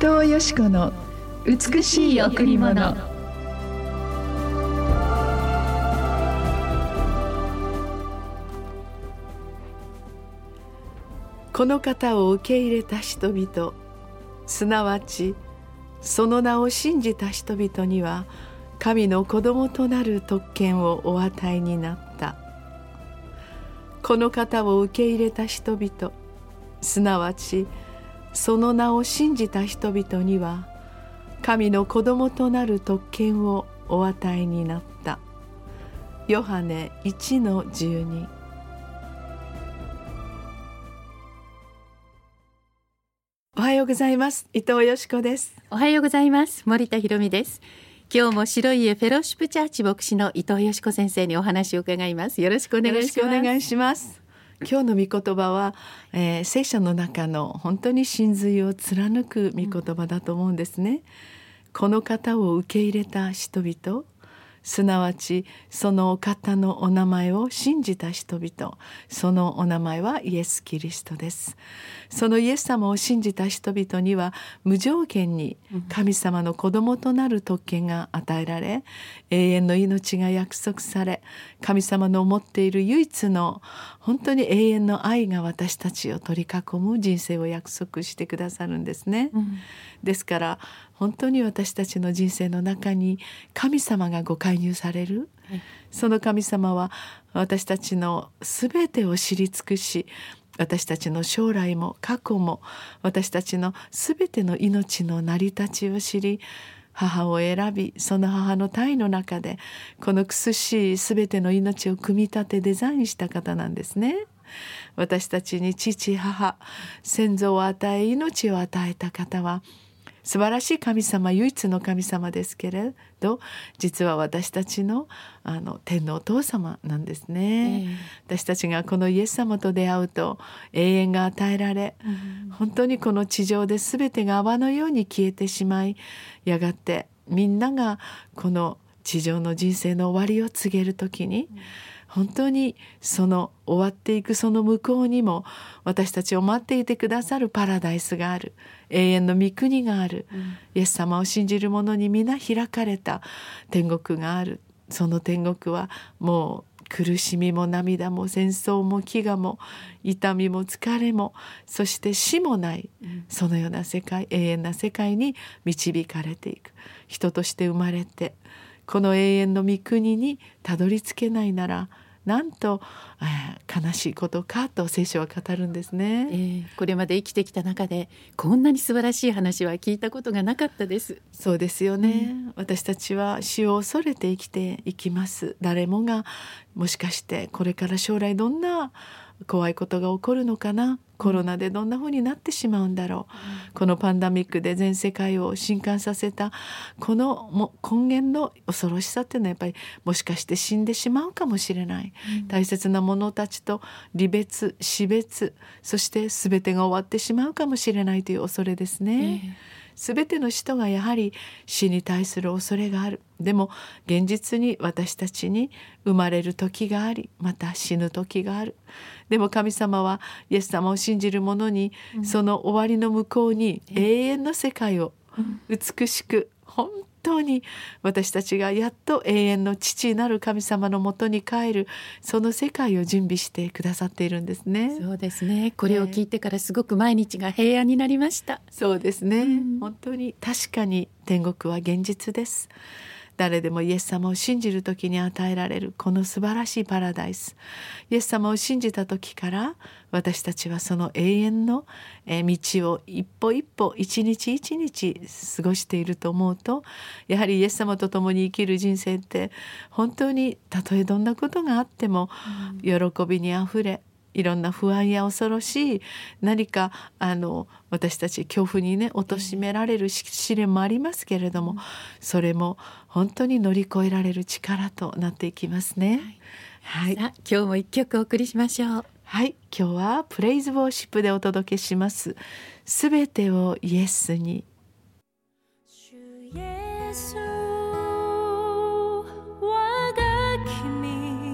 藤よし子の美しい贈り物。 この方を受け入れた人々、すなわちその名を信じた人々には神の子供となる特権をお与えになった。この方を受け入れた人々、すなわちその名を信じた人々には神の子供となる特権をお与えになった。ヨハネ 1-12。おはようございます。伊藤よし子です。 おはようございます。森田博美です。今日も白い家フェローシップチャーチ牧師の伊藤よし子先生にお話を伺います。よろしくお願いします。 よろしくお願いします。今日の御言葉は、聖書の中の本当に真髄を貫く御言葉だと思うんですね。この方を受け入れた人々、すなわちそのお方のお名前を信じた人々、そのお名前はイエス・キリストです。そのイエス様を信じた人々には無条件に神様の子供となる特権が与えられ、永遠の命が約束され、神様の持っている唯一の本当に永遠の愛が私たちを取り囲む人生を約束してくださるんですね。ですから本当に私たちの人生の中に神様がご介入される、その神様は私たちのすべてを知り尽くし、私たちの将来も過去も私たちのすべての命の成り立ちを知り、母を選び、その母の胎の中でこの苦しいすべての命を組み立てデザインした方なんですね。私たちに父母先祖を与え命を与えた方は素晴らしい神様、唯一の神様ですけれど、実は私たちの天のお父様なんですね。私たちがこのイエス様と出会うと永遠が与えられ、本当にこの地上で全てが泡のように消えてしまい、やがてみんながこの地上の人生の終わりを告げるときに、本当にその終わっていくその向こうにも私たちを待っていてくださるパラダイスがある、永遠の御国がある、イエス様を信じる者に皆開かれた天国がある。その天国はもう苦しみも涙も戦争も飢餓も痛みも疲れも、そして死もない、そのような世界、永遠な世界に導かれていく。人として生まれてこの永遠の御国にたどり着けないならなんと悲しいことかと聖書は語るんですね。 これまで生きてきた中でこんなに素晴らしい話は聞いたことがなかったです。 そうですよね、私たちは死を恐れて生きていきます。誰もがもしかしてこれから将来どんな怖いことが起こるのかな、コロナでどんな風になってしまうんだろう、このパンダミックで全世界を震撼させたこの根源の恐ろしさっていうのはやっぱりもしかして死んでしまうかもしれない、大切な者たちと離別死別、そして全てが終わってしまうかもしれないという恐れですね。全ての人がやはり死に対する恐れがある。でも現実に私たちに生まれる時があり、また死ぬ時がある。でも神様はイエス様を信じる者に、その終わりの向こうに永遠の世界を美しく、本当に私たちがやっと永遠の父なる神様のもとに帰る、その世界を準備してくださっているんですね。 そうですね。これを聞いてからすごく毎日が平安になりました。 そうですね、本当に確かに天国は現実です。誰でもイエス様を信じる時に与えられるこの素晴らしいパラダイス、イエス様を信じた時から私たちはその永遠の道を一歩一歩一日一日過ごしていると思うと、やはりイエス様と共に生きる人生って本当にたとえどんなことがあっても喜びにあふれ、いろんな不安や恐ろしい何か私たち恐怖にね貶められる試練もありますけれども、それも本当に乗り越えられる力となっていきますね。 さあ今日も一曲お送りしましょう。 はい、今日はプレイズウォーシップでお届けします。すべてをイエスに。 主イエス我が君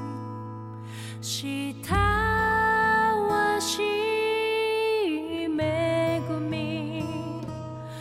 したわし恵み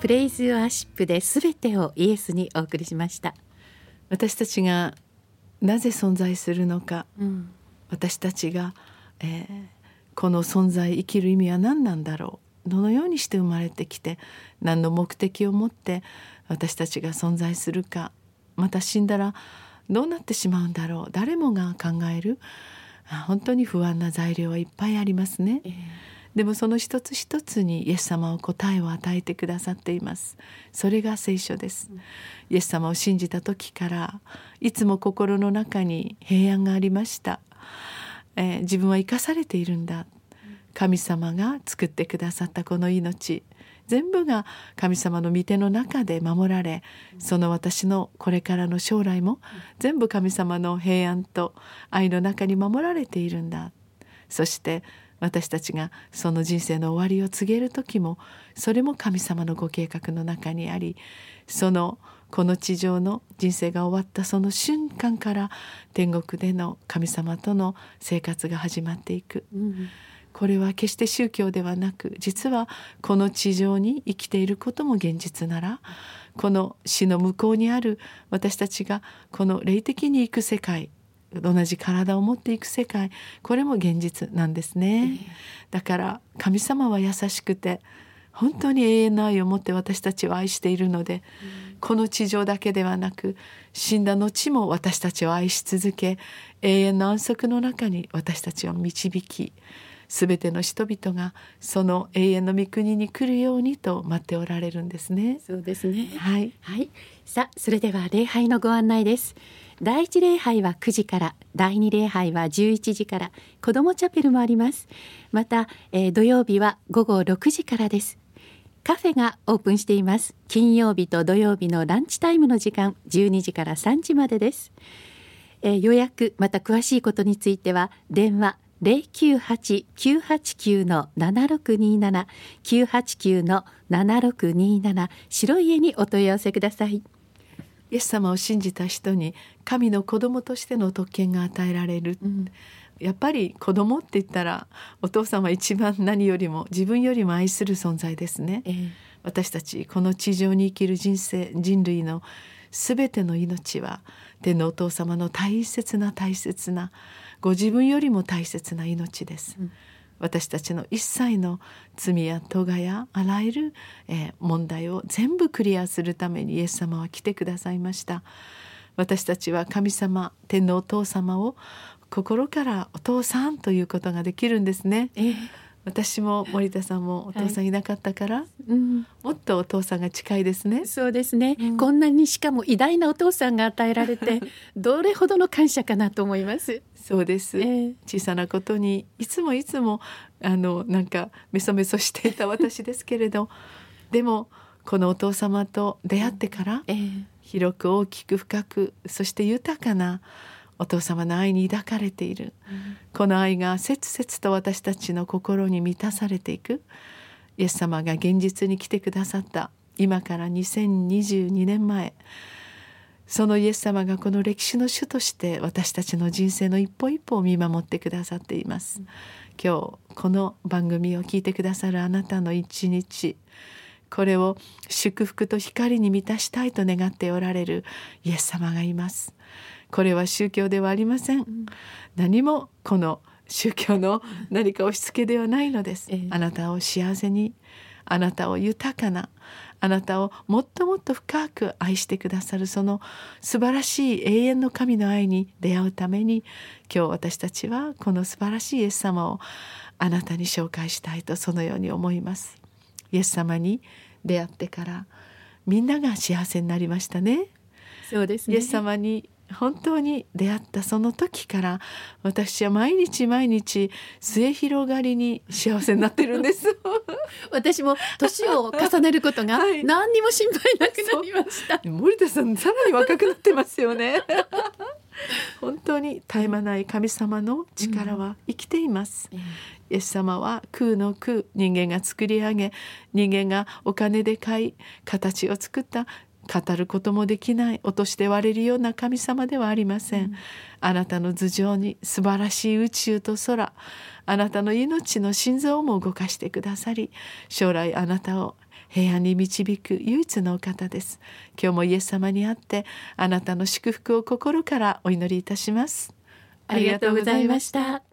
プレイズワーシップで全てをイエスにお送りしました。 私たちがなぜ存在するのか、私たちが、この存在生きる意味は何なんだろう、どのようにして生まれてきて何の目的を持って私たちが存在するか、また死んだらどうなってしまうんだろう、誰もが考える本当に不安な材料はいっぱいありますね。でもその一つ一つにイエス様は答えを与えてくださっています。それが聖書です。イエス様を信じた時からいつも心の中に平安がありました。自分は生かされているんだ、神様が作ってくださったこの命全部が神様の御手の中で守られ、その私のこれからの将来も全部神様の平安と愛の中に守られているんだ。そして私たちがその人生の終わりを告げる時もそれも神様のご計画の中にあり、この地上の人生が終わったその瞬間から天国での神様との生活が始まっていく、これは決して宗教ではなく、実はこの地上に生きていることも現実なら、この死の向こうにある私たちがこの霊的に生く世界、同じ体を持っていく世界、これも現実なんですね。だから神様は優しくて本当に永遠の愛を持って私たちを愛しているので、この地上だけではなく死んだ後も私たちを愛し続け、永遠の安息の中に私たちを導き、すべての人々がその永遠の御国に来るようにと待っておられるんですね。 そうですね。 はい、 さあ、それでは礼拝のご案内です。第一礼拝は9時から、第二礼拝は11時から、子どもチャペルもあります。また、土曜日は午後6時からです。カフェがオープンしています。金曜日と土曜日のランチタイムの時間12時から3時までです。予約また詳しいことについては電話098-989-7627 989-7627 白い家にお問い合わせください。 イエス様を信じた人に神の子供としての特権が与えられる、やっぱり子供って言ったらお父様一番何よりも自分よりも愛する存在ですね。私たちこの地上に生きる人類のすべての命は天のお父様の大切なご自分よりも大切な命です。私たちの一切の罪や咎やあらゆる、問題を全部クリアするためにイエス様は来てくださいました。私たちは神様、天のお父様を心からお父さんということができるんですね。私も森田さんもお父さんいなかったから、もっとお父さんが近いですね。 そうですね、こんなにしかも偉大なお父さんが与えられてどれほどの感謝かなと思います。 そうです、小さなことにいつもなんかメソメソしていた私ですけれどでもこのお父様と出会ってから、広く大きく深くそして豊かなお父様の愛に抱かれている、この愛が切々と私たちの心に満たされていく、イエス様が現実に来てくださった今から2022年前、そのイエス様がこの歴史の主として私たちの人生の一歩一歩を見守ってくださっています。今日この番組を聞いてくださるあなたの一日、これを祝福と光に満たしたいと願っておられるイエス様がいます。これは宗教ではありません。何もこの宗教の何か押し付けではないのです。あなたを幸せに、あなたを豊かな、あなたをもっともっと深く愛してくださるその素晴らしい永遠の神の愛に出会うために、今日私たちはこの素晴らしいイエス様をあなたに紹介したいとそのように思います。イエス様に出会ってからみんなが幸せになりましたね。 そうですね。 イエス様に本当に出会ったその時から私は毎日末広がりに幸せになってるんです私も年を重ねることが何にも心配なくなりました、 森田さんさらに若くなってますよね本当に絶え間ない神様の力は生きています、イエス様は空の空、人間が作り上げ人間がお金で買い形を作った語ることもできない、落として割れるような神様ではありません。あなたの頭上に素晴らしい宇宙と空、あなたの命の心臓も動かしてくださり、将来あなたを平安に導く唯一のお方です。今日もイエス様にあってあなたの祝福を心からお祈りいたします。 ありがとうございました。